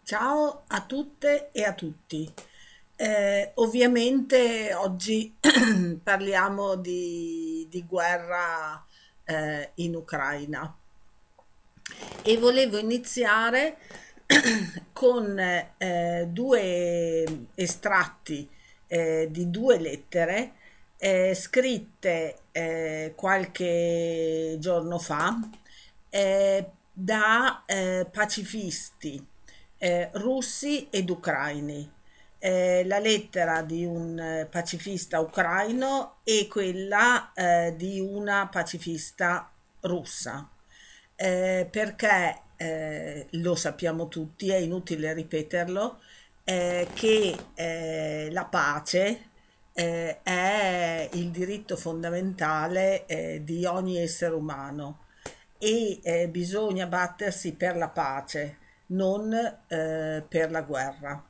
Ciao a tutte e a tutti. Ovviamente oggi parliamo di guerra in Ucraina e volevo iniziare con due estratti di due lettere scritte qualche giorno fa da pacifisti russi ed ucraini. La lettera di un pacifista ucraino e quella di una pacifista russa. Perché lo sappiamo tutti, è inutile ripeterlo, che la pace è il diritto fondamentale di ogni essere umano e bisogna battersi per la pace, non per la guerra.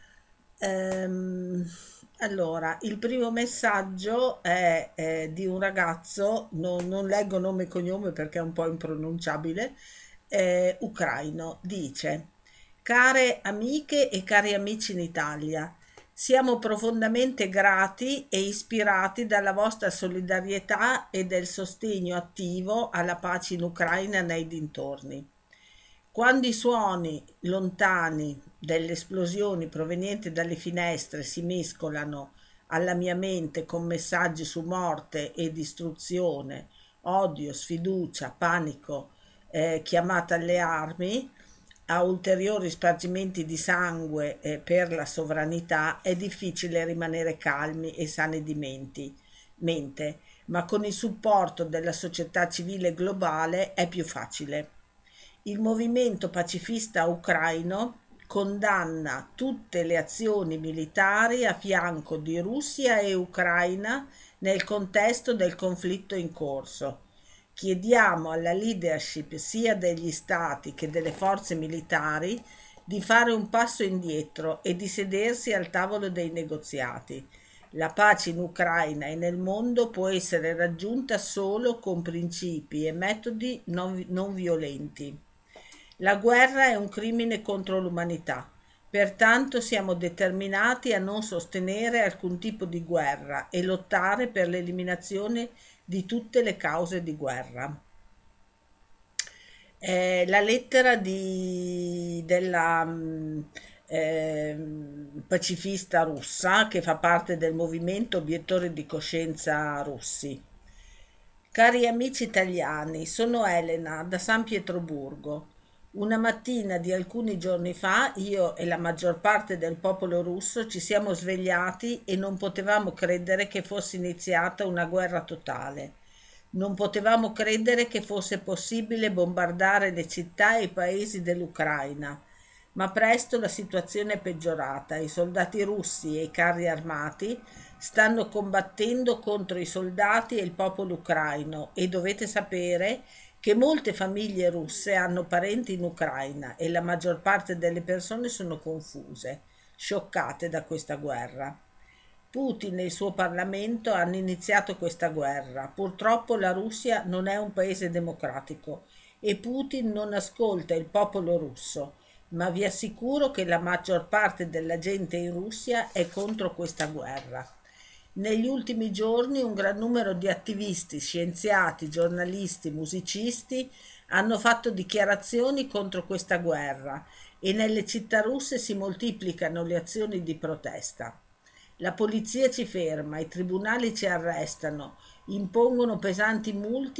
Ehm, allora, il primo messaggio è di un ragazzo, non leggo nome e cognome perché è un po' impronunciabile, ucraino. Dice: Care amiche e cari amici in Italia, siamo profondamente grati e ispirati dalla vostra solidarietà e del sostegno attivo alla pace in Ucraina e nei dintorni. Quando i suoni lontani delle esplosioni provenienti dalle finestre si mescolano alla mia mente con messaggi su morte e distruzione, odio, sfiducia, panico, chiamata alle armi, a ulteriori spargimenti di sangue per la sovranità, è difficile rimanere calmi e sani di mente, ma con il supporto della società civile globale è più facile. Il movimento pacifista ucraino condanna tutte le azioni militari a fianco di Russia e Ucraina nel contesto del conflitto in corso. Chiediamo alla leadership sia degli stati che delle forze militari di fare un passo indietro e di sedersi al tavolo dei negoziati. La pace in Ucraina e nel mondo può essere raggiunta solo con principi e metodi non violenti. La guerra è un crimine contro l'umanità, pertanto siamo determinati a non sostenere alcun tipo di guerra e lottare per l'eliminazione di tutte le cause di guerra. La lettera della pacifista russa che fa parte del movimento Obiettori di coscienza russi. Cari amici italiani, sono Elena da San Pietroburgo. Una mattina di alcuni giorni fa io e la maggior parte del popolo russo ci siamo svegliati e non potevamo credere che fosse iniziata una guerra totale. Non potevamo credere che fosse possibile bombardare le città e i paesi dell'Ucraina, ma presto la situazione è peggiorata. I soldati russi e i carri armati stanno combattendo contro i soldati e il popolo ucraino e dovete sapere che molte famiglie russe hanno parenti in Ucraina e la maggior parte delle persone sono confuse, scioccate da questa guerra. Putin e il suo Parlamento hanno iniziato questa guerra. Purtroppo la Russia non è un paese democratico e Putin non ascolta il popolo russo, ma vi assicuro che la maggior parte della gente in Russia è contro questa guerra. Negli ultimi giorni un gran numero di attivisti, scienziati, giornalisti, musicisti hanno fatto dichiarazioni contro questa guerra e nelle città russe si moltiplicano le azioni di protesta. La polizia ci ferma, i tribunali ci arrestano, impongono pesanti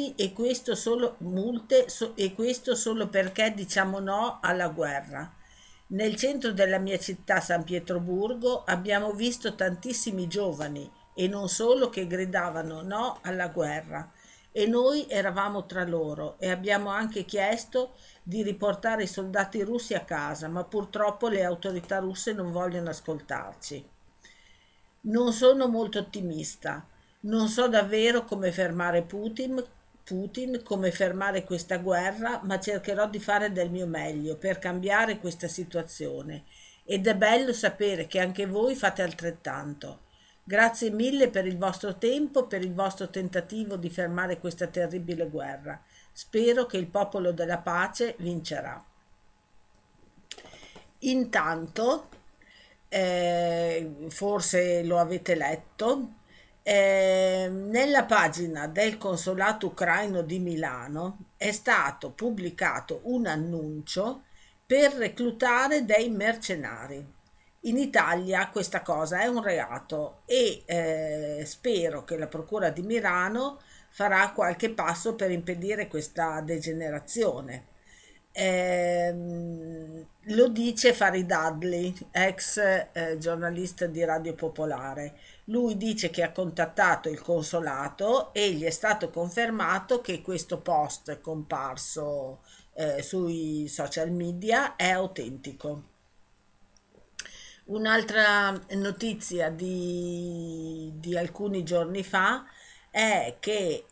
e questo solo perché diciamo no alla guerra. Nel centro della mia città, San Pietroburgo, abbiamo visto tantissimi giovani e non solo che gridavano no alla guerra. E noi eravamo tra loro e abbiamo anche chiesto di riportare i soldati russi a casa, ma purtroppo le autorità russe non vogliono ascoltarci. Non sono molto ottimista. Non so davvero come fermare Putin, come fermare questa guerra, ma cercherò di fare del mio meglio per cambiare questa situazione. Ed è bello sapere che anche voi fate altrettanto. Grazie mille per il vostro tempo, per il vostro tentativo di fermare questa terribile guerra. Spero che il popolo della pace vincerà. Intanto, forse lo avete letto, nella pagina del consolato ucraino di Milano è stato pubblicato un annuncio per reclutare dei mercenari. In Italia questa cosa è un reato e spero che la Procura di Milano farà qualche passo per impedire questa degenerazione. Lo dice Farid Dudley, ex giornalista di Radio Popolare. Lui dice che ha contattato il consolato e gli è stato confermato che questo post comparso sui social media è autentico. Un'altra notizia di alcuni giorni fa è che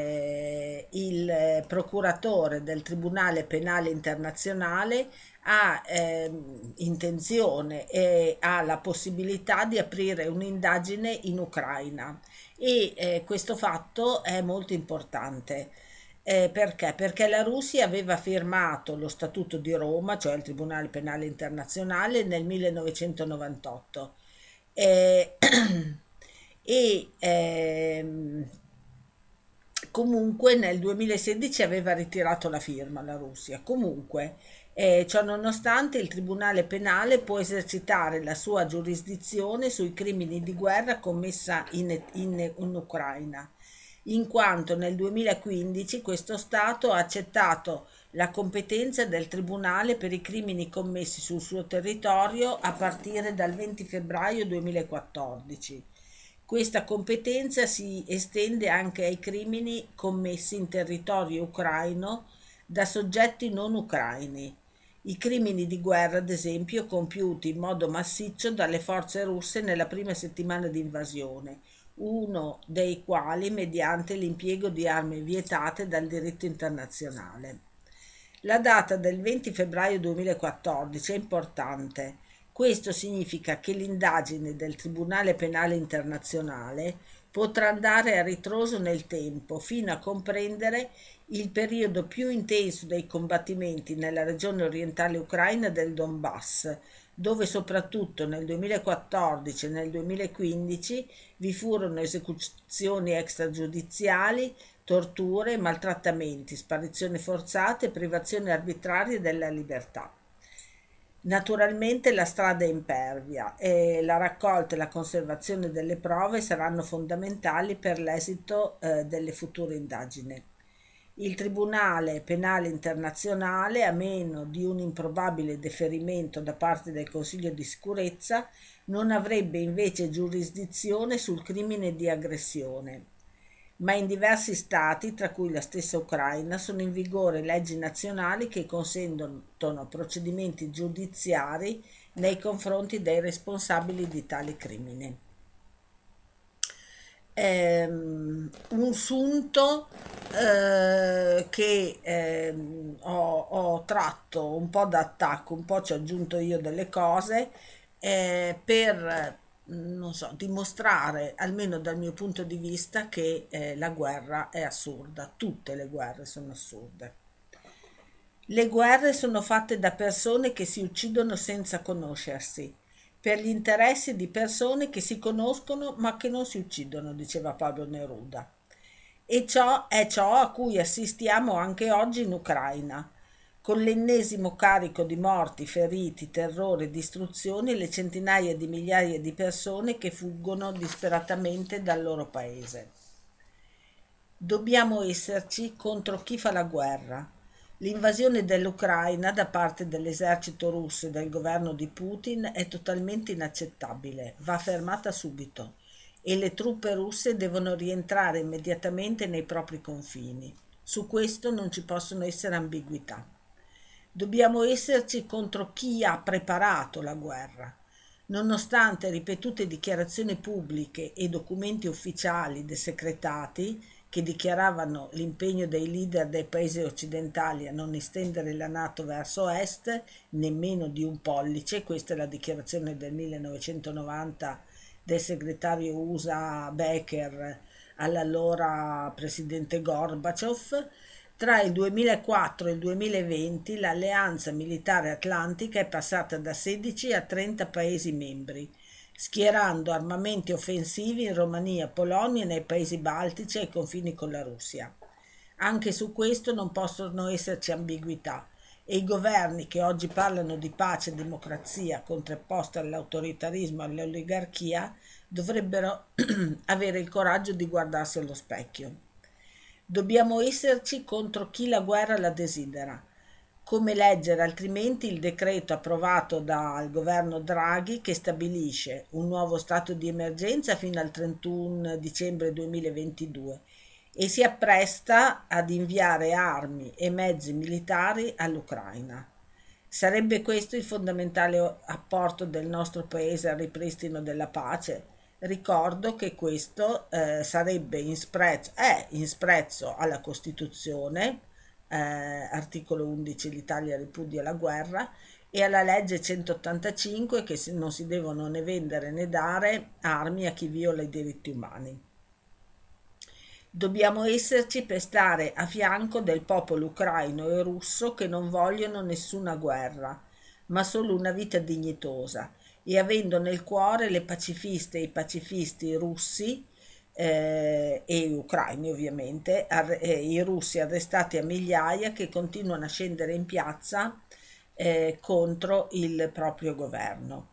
il procuratore del Tribunale Penale Internazionale ha intenzione e ha la possibilità di aprire un'indagine in Ucraina e questo fatto è molto importante. Perché? Perché la Russia aveva firmato lo Statuto di Roma, cioè il Tribunale Penale Internazionale, nel 1998 eh, e comunque nel 2016 aveva ritirato la firma la Russia. Comunque, ciò nonostante, il Tribunale Penale può esercitare la sua giurisdizione sui crimini di guerra commessa in Ucraina, in quanto nel 2015 questo Stato ha accettato la competenza del Tribunale per i crimini commessi sul suo territorio a partire dal 20 febbraio 2014. Questa competenza si estende anche ai crimini commessi in territorio ucraino da soggetti non ucraini. I crimini di guerra, ad esempio, compiuti in modo massiccio dalle forze russe nella prima settimana di invasione, uno dei quali mediante l'impiego di armi vietate dal diritto internazionale. La data del 20 febbraio 2014 è importante. Questo significa che l'indagine del Tribunale Penale Internazionale potrà andare a ritroso nel tempo fino a comprendere il periodo più intenso dei combattimenti nella regione orientale ucraina del Donbass, dove soprattutto nel 2014 e nel 2015 vi furono esecuzioni extragiudiziali, torture, maltrattamenti, sparizioni forzate e privazioni arbitrarie della libertà. Naturalmente la strada è impervia e la raccolta e la conservazione delle prove saranno fondamentali per l'esito delle future indagini. Il Tribunale Penale Internazionale, a meno di un improbabile deferimento da parte del Consiglio di sicurezza, non avrebbe invece giurisdizione sul crimine di aggressione, ma in diversi stati, tra cui la stessa Ucraina, sono in vigore leggi nazionali che consentono procedimenti giudiziari nei confronti dei responsabili di tali crimini. Un sunto che ho tratto un po' d'attacco, un po' ci ho aggiunto io delle cose per, non so, dimostrare, almeno dal mio punto di vista, che la guerra è assurda, tutte le guerre sono assurde. Le guerre sono fatte da persone che si uccidono senza conoscersi, per gli interessi di persone che si conoscono ma che non si uccidono, diceva Pablo Neruda. E ciò è ciò a cui assistiamo anche oggi in Ucraina, con l'ennesimo carico di morti, feriti, terrore e distruzioni e le centinaia di migliaia di persone che fuggono disperatamente dal loro paese. Dobbiamo esserci contro chi fa la guerra. L'invasione dell'Ucraina da parte dell'esercito russo e del governo di Putin è totalmente inaccettabile, va fermata subito e le truppe russe devono rientrare immediatamente nei propri confini. Su questo non ci possono essere ambiguità. Dobbiamo esserci contro chi ha preparato la guerra. Nonostante ripetute dichiarazioni pubbliche e documenti ufficiali desecretati che dichiaravano l'impegno dei leader dei paesi occidentali a non estendere la NATO verso est, nemmeno di un pollice, questa è la dichiarazione del 1990 del segretario USA Baker all'allora presidente Gorbaciov, Tra il 2004 e il 2020 l'Alleanza Militare Atlantica è passata da 16 a 30 Paesi membri, schierando armamenti offensivi in Romania, Polonia e nei Paesi Baltici ai confini con la Russia. Anche su questo non possono esserci ambiguità e i governi che oggi parlano di pace e democrazia contrapposta all'autoritarismo e all'oligarchia dovrebbero avere il coraggio di guardarsi allo specchio. Dobbiamo esserci contro chi la guerra la desidera. Come leggere altrimenti il decreto approvato dal governo Draghi che stabilisce un nuovo stato di emergenza fino al 31 dicembre 2022 e si appresta ad inviare armi e mezzi militari all'Ucraina. Sarebbe questo il fondamentale apporto del nostro paese al ripristino della pace? Ricordo che questo sarebbe in sprezzo alla Costituzione, articolo 11, l'Italia ripudia la guerra, e alla legge 185 che non si devono né vendere né dare armi a chi viola i diritti umani. Dobbiamo esserci per stare a fianco del popolo ucraino e russo che non vogliono nessuna guerra, ma solo una vita dignitosa e avendo nel cuore le pacifiste e i pacifisti russi e ucraini ovviamente, i russi arrestati a migliaia che continuano a scendere in piazza contro il proprio governo.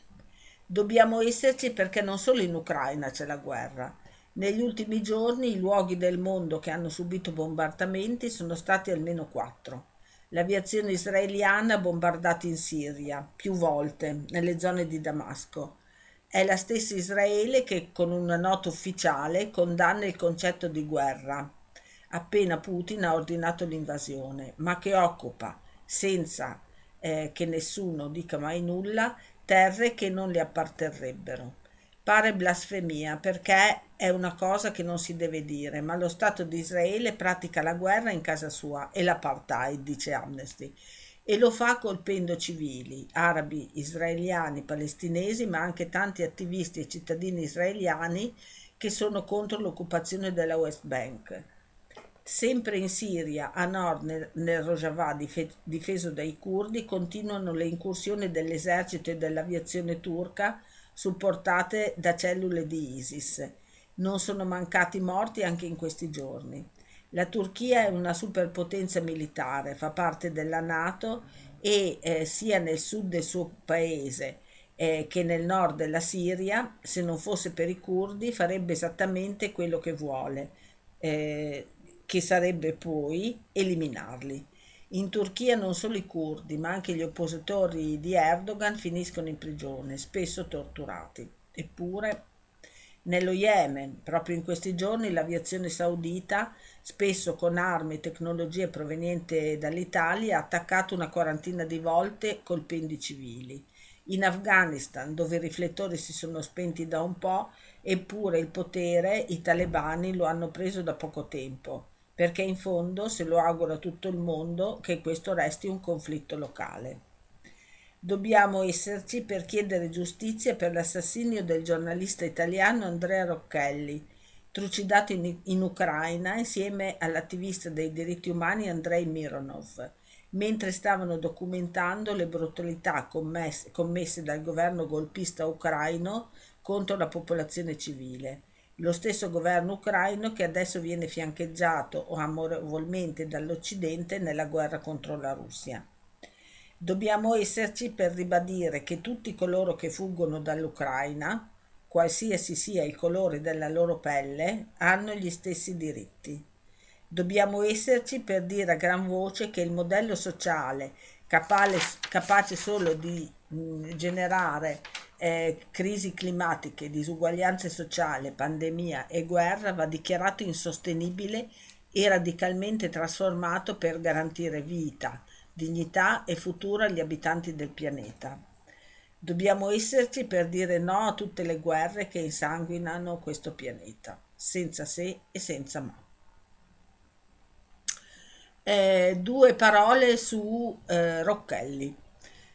Dobbiamo esserci perché non solo in Ucraina c'è la guerra. Negli ultimi giorni i luoghi del mondo che hanno subito bombardamenti sono stati almeno quattro. L'aviazione israeliana ha bombardato in Siria più volte nelle zone di Damasco. È la stessa Israele che con una nota ufficiale condanna il concetto di guerra, appena Putin ha ordinato l'invasione, ma che occupa, senza che nessuno dica mai nulla, terre che non le apparterrebbero. Pare blasfemia perché è una cosa che non si deve dire, ma lo Stato di Israele pratica la guerra in casa sua e l'apartheid, dice Amnesty, e lo fa colpendo civili, arabi, israeliani, palestinesi, ma anche tanti attivisti e cittadini israeliani che sono contro l'occupazione della West Bank. Sempre in Siria, a nord nel Rojava difeso dai curdi, continuano le incursioni dell'esercito e dell'aviazione turca supportate da cellule di ISIS. Non sono mancati morti anche in questi giorni. La Turchia è una superpotenza militare, fa parte della NATO e sia nel sud del suo paese che nel nord della Siria, se non fosse per i curdi, farebbe esattamente quello che vuole, eh, che sarebbe poi eliminarli. In Turchia non solo i curdi, ma anche gli oppositori di Erdogan finiscono in prigione, spesso torturati. Eppure, nello Yemen, proprio in questi giorni, l'aviazione saudita, spesso con armi e tecnologie provenienti dall'Italia, ha attaccato una quarantina di volte colpendo i civili. In Afghanistan, dove i riflettori si sono spenti da un po', eppure il potere i talebani lo hanno preso da poco tempo, perché in fondo se lo augura tutto il mondo che questo resti un conflitto locale. Dobbiamo esserci per chiedere giustizia per l'assassinio del giornalista italiano Andrea Rocchelli, trucidato in Ucraina insieme all'attivista dei diritti umani Andrei Mironov, mentre stavano documentando le brutalità commesse dal governo golpista ucraino contro la popolazione civile. Lo stesso governo ucraino che adesso viene fiancheggiato o amorevolmente dall'Occidente nella guerra contro la Russia. Dobbiamo esserci per ribadire che tutti coloro che fuggono dall'Ucraina, qualsiasi sia il colore della loro pelle, hanno gli stessi diritti. Dobbiamo esserci per dire a gran voce che il modello sociale capace solo di generare crisi climatiche, disuguaglianze sociali, pandemia e guerra va dichiarato insostenibile e radicalmente trasformato per garantire vita, dignità e futuro agli abitanti del pianeta. Dobbiamo esserci per dire no a tutte le guerre che insanguinano questo pianeta, senza se e senza ma. Due parole su Rocchelli.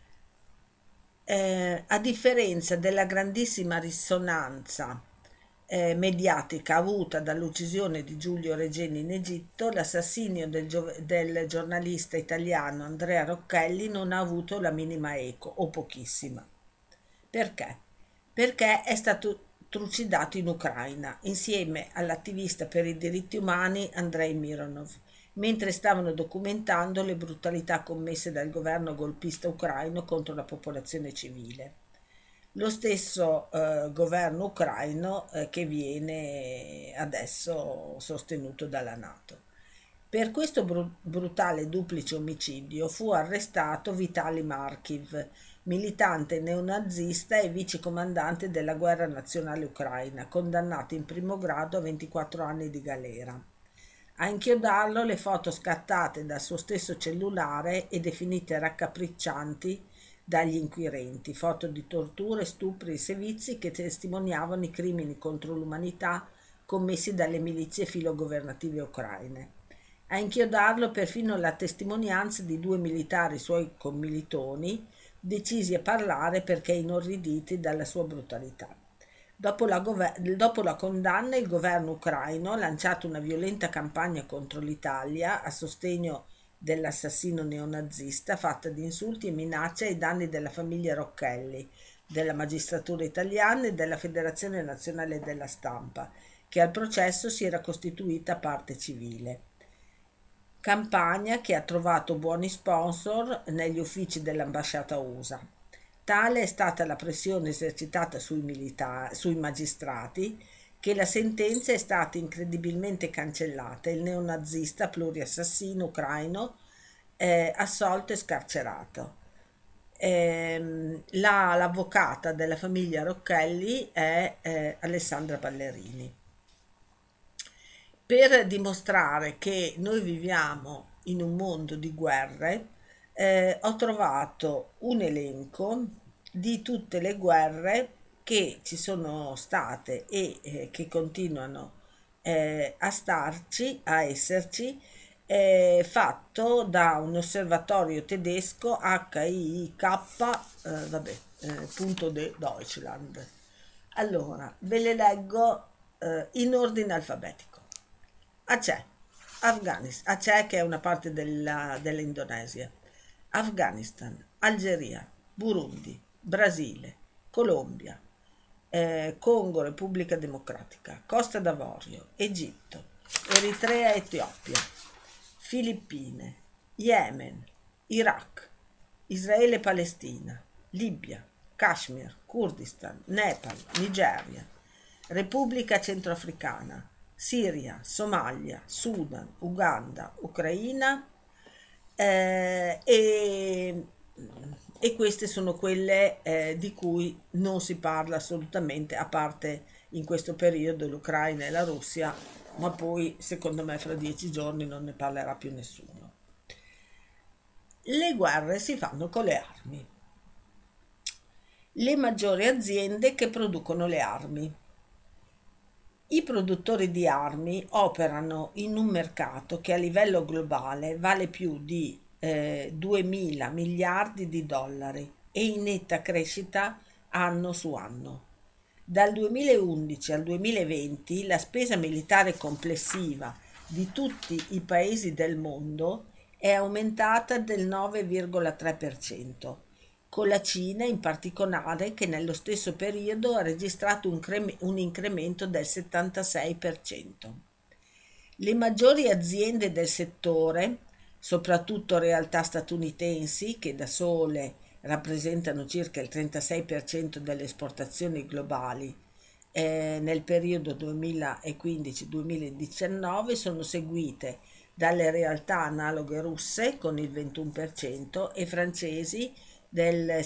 A differenza della grandissima risonanza mediatica avuta dall'uccisione di Giulio Regeni in Egitto, l'assassinio del giornalista italiano Andrea Rocchelli non ha avuto la minima eco, o pochissima. Perché? Perché è stato trucidato in Ucraina insieme all'attivista per i diritti umani Andrei Mironov, mentre stavano documentando le brutalità commesse dal governo golpista ucraino contro la popolazione civile. Lo stesso governo ucraino che viene adesso sostenuto dalla NATO. Per questo brutale duplice omicidio fu arrestato Vitali Markiv, militante neonazista e vicecomandante della Guerra Nazionale Ucraina, condannato in primo grado a 24 anni di galera. A inchiodarlo le foto scattate dal suo stesso cellulare e definite raccapriccianti dagli inquirenti, foto di torture, stupri e sevizi che testimoniavano i crimini contro l'umanità commessi dalle milizie filogovernative ucraine. A inchiodarlo perfino la testimonianza di due militari suoi commilitoni, decisi a parlare perché inorriditi dalla sua brutalità. Dopo la condanna, il governo ucraino ha lanciato una violenta campagna contro l'Italia a sostegno dell'assassino neonazista, fatta di insulti e minacce ai danni della famiglia Rocchelli, della magistratura italiana e della Federazione Nazionale della Stampa, che al processo si era costituita parte civile. Campagna che ha trovato buoni sponsor negli uffici dell'ambasciata USA. Tale è stata la pressione esercitata sui magistrati che la sentenza è stata incredibilmente cancellata e il neonazista pluriassassino ucraino assolto e scarcerato. L'avvocata della famiglia Rocchelli è Alessandra Ballerini. Per dimostrare che noi viviamo in un mondo di guerre, ho trovato un elenco di tutte le guerre che ci sono state e che continuano a esserci, fatto da un osservatorio tedesco HIK, punto de Deutschland. Allora, ve le leggo in ordine alfabetico. Aceh, Aceh che è una parte dell'Indonesia, Afghanistan, Algeria, Burundi, Brasile, Colombia, Congo, Repubblica Democratica, Costa d'Avorio, Egitto, Eritrea, Etiopia, Filippine, Yemen, Iraq, Israele e Palestina, Libia, Kashmir, Kurdistan, Nepal, Nigeria, Repubblica Centroafricana, Siria, Somalia, Sudan, Uganda, Ucraina e queste sono quelle di cui non si parla assolutamente, a parte in questo periodo l'Ucraina e la Russia, ma poi secondo me fra 10 giorni non ne parlerà più nessuno. Le guerre si fanno con le armi. Le maggiori aziende che producono le armi. I produttori di armi operano in un mercato che a livello globale vale più di 2.000 miliardi di dollari e in netta crescita anno su anno. Dal 2011 al 2020 la spesa militare complessiva di tutti i paesi del mondo è aumentata del 9,3%, con la Cina in particolare che nello stesso periodo ha registrato un incremento del 76%. Le maggiori aziende del settore, soprattutto realtà statunitensi che da sole rappresentano circa il 36% delle esportazioni globali, nel periodo 2015-2019 sono seguite dalle realtà analoghe russe con il 21% e francesi del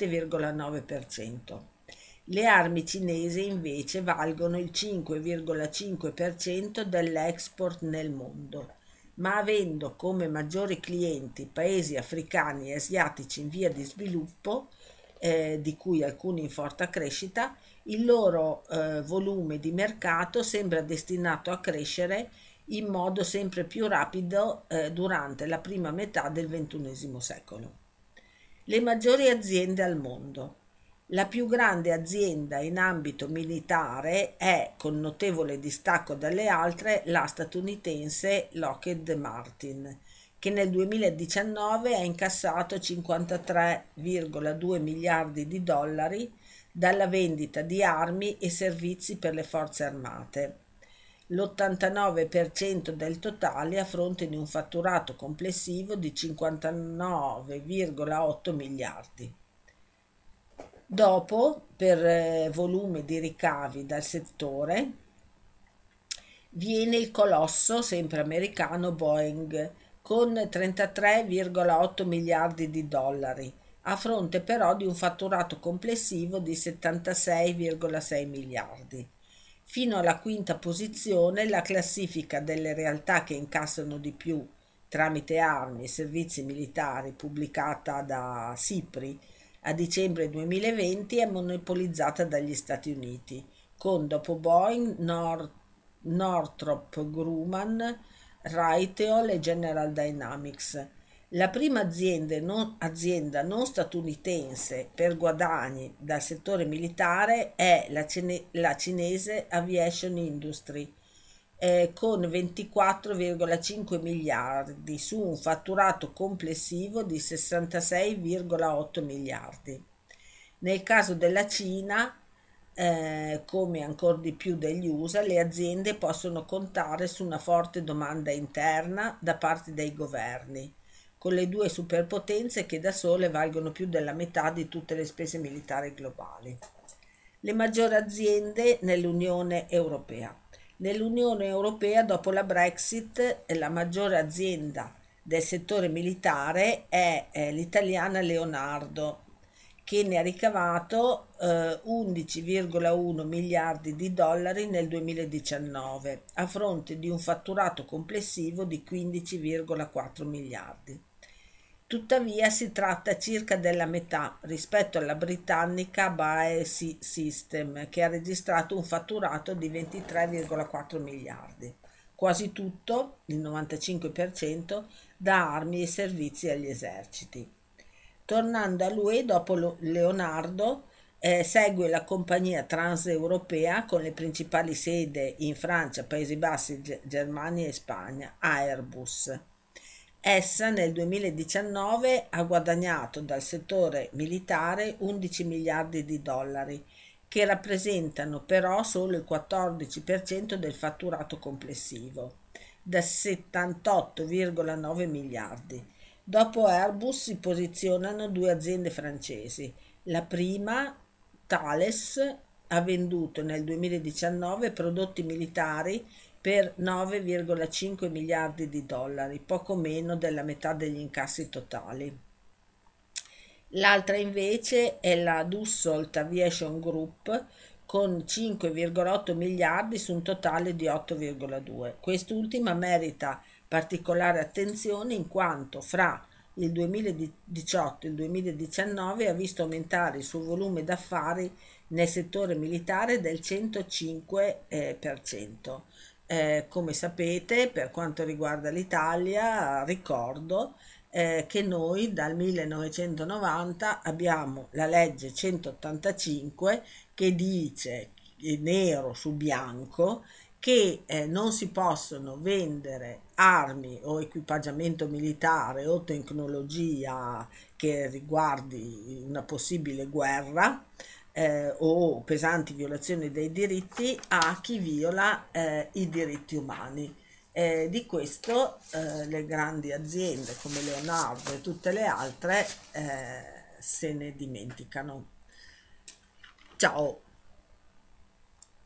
7,9%. Le armi cinesi invece valgono il 5,5% dell'export nel mondo, ma avendo come maggiori clienti paesi africani e asiatici in via di sviluppo, di cui alcuni in forte crescita, il loro volume di mercato sembra destinato a crescere in modo sempre più rapido durante la prima metà del XXI secolo. Le maggiori aziende al mondo. La più grande azienda in ambito militare è, con notevole distacco dalle altre, la statunitense Lockheed Martin, che nel 2019 ha incassato 53,2 miliardi di dollari dalla vendita di armi e servizi per le forze armate, l'89% del totale a fronte di un fatturato complessivo di 59,8 miliardi. Dopo, per volume di ricavi dal settore, viene il colosso, sempre americano, Boeing, con 33,8 miliardi di dollari, a fronte però di un fatturato complessivo di 76,6 miliardi. Fino alla quinta posizione la classifica delle realtà che incassano di più tramite armi e servizi militari, pubblicata da SIPRI a dicembre 2020, è monopolizzata dagli Stati Uniti, con dopo Boeing, Northrop Grumman, Raytheon e General Dynamics. La prima azienda non statunitense per guadagni dal settore militare è la cinese Aviation Industry, con 24,5 miliardi su un fatturato complessivo di 66,8 miliardi. Nel caso della Cina, come ancora di più degli USA, le aziende possono contare su una forte domanda interna da parte dei governi, con le due superpotenze che da sole valgono più della metà di tutte le spese militari globali. Le maggiori aziende nell'Unione Europea. Nell'Unione Europea, dopo la Brexit, la maggiore azienda del settore militare è l'italiana Leonardo, che ne ha ricavato 11,1 miliardi di dollari nel 2019, a fronte di un fatturato complessivo di 15,4 miliardi. Tuttavia si tratta circa della metà rispetto alla britannica BAE System, che ha registrato un fatturato di 23,4 miliardi, quasi tutto, il 95%, da armi e servizi agli eserciti. Tornando all'UE, dopo Leonardo, segue la compagnia transeuropea con le principali sedi in Francia, Paesi Bassi, Germania e Spagna, Airbus. Essa nel 2019 ha guadagnato dal settore militare 11 miliardi di dollari, che rappresentano però solo il 14% del fatturato complessivo, da 78,9 miliardi. Dopo Airbus si posizionano due aziende francesi. La prima, Thales, ha venduto nel 2019 prodotti militari per 9,5 miliardi di dollari, poco meno della metà degli incassi totali. L'altra invece è la Dassault Aviation Group con 5,8 miliardi su un totale di 8,2. Quest'ultima merita particolare attenzione in quanto fra il 2018 e il 2019 ha visto aumentare il suo volume d'affari nel settore militare del 105%. Come sapete, per quanto riguarda l'Italia, ricordo che noi dal 1990 abbiamo la legge 185 che dice nero su bianco che non si possono vendere armi o equipaggiamento militare o tecnologia che riguardi una possibile guerra o pesanti violazioni dei diritti a chi viola i diritti umani. Di questo le grandi aziende come Leonardo e tutte le altre se ne dimenticano. Ciao!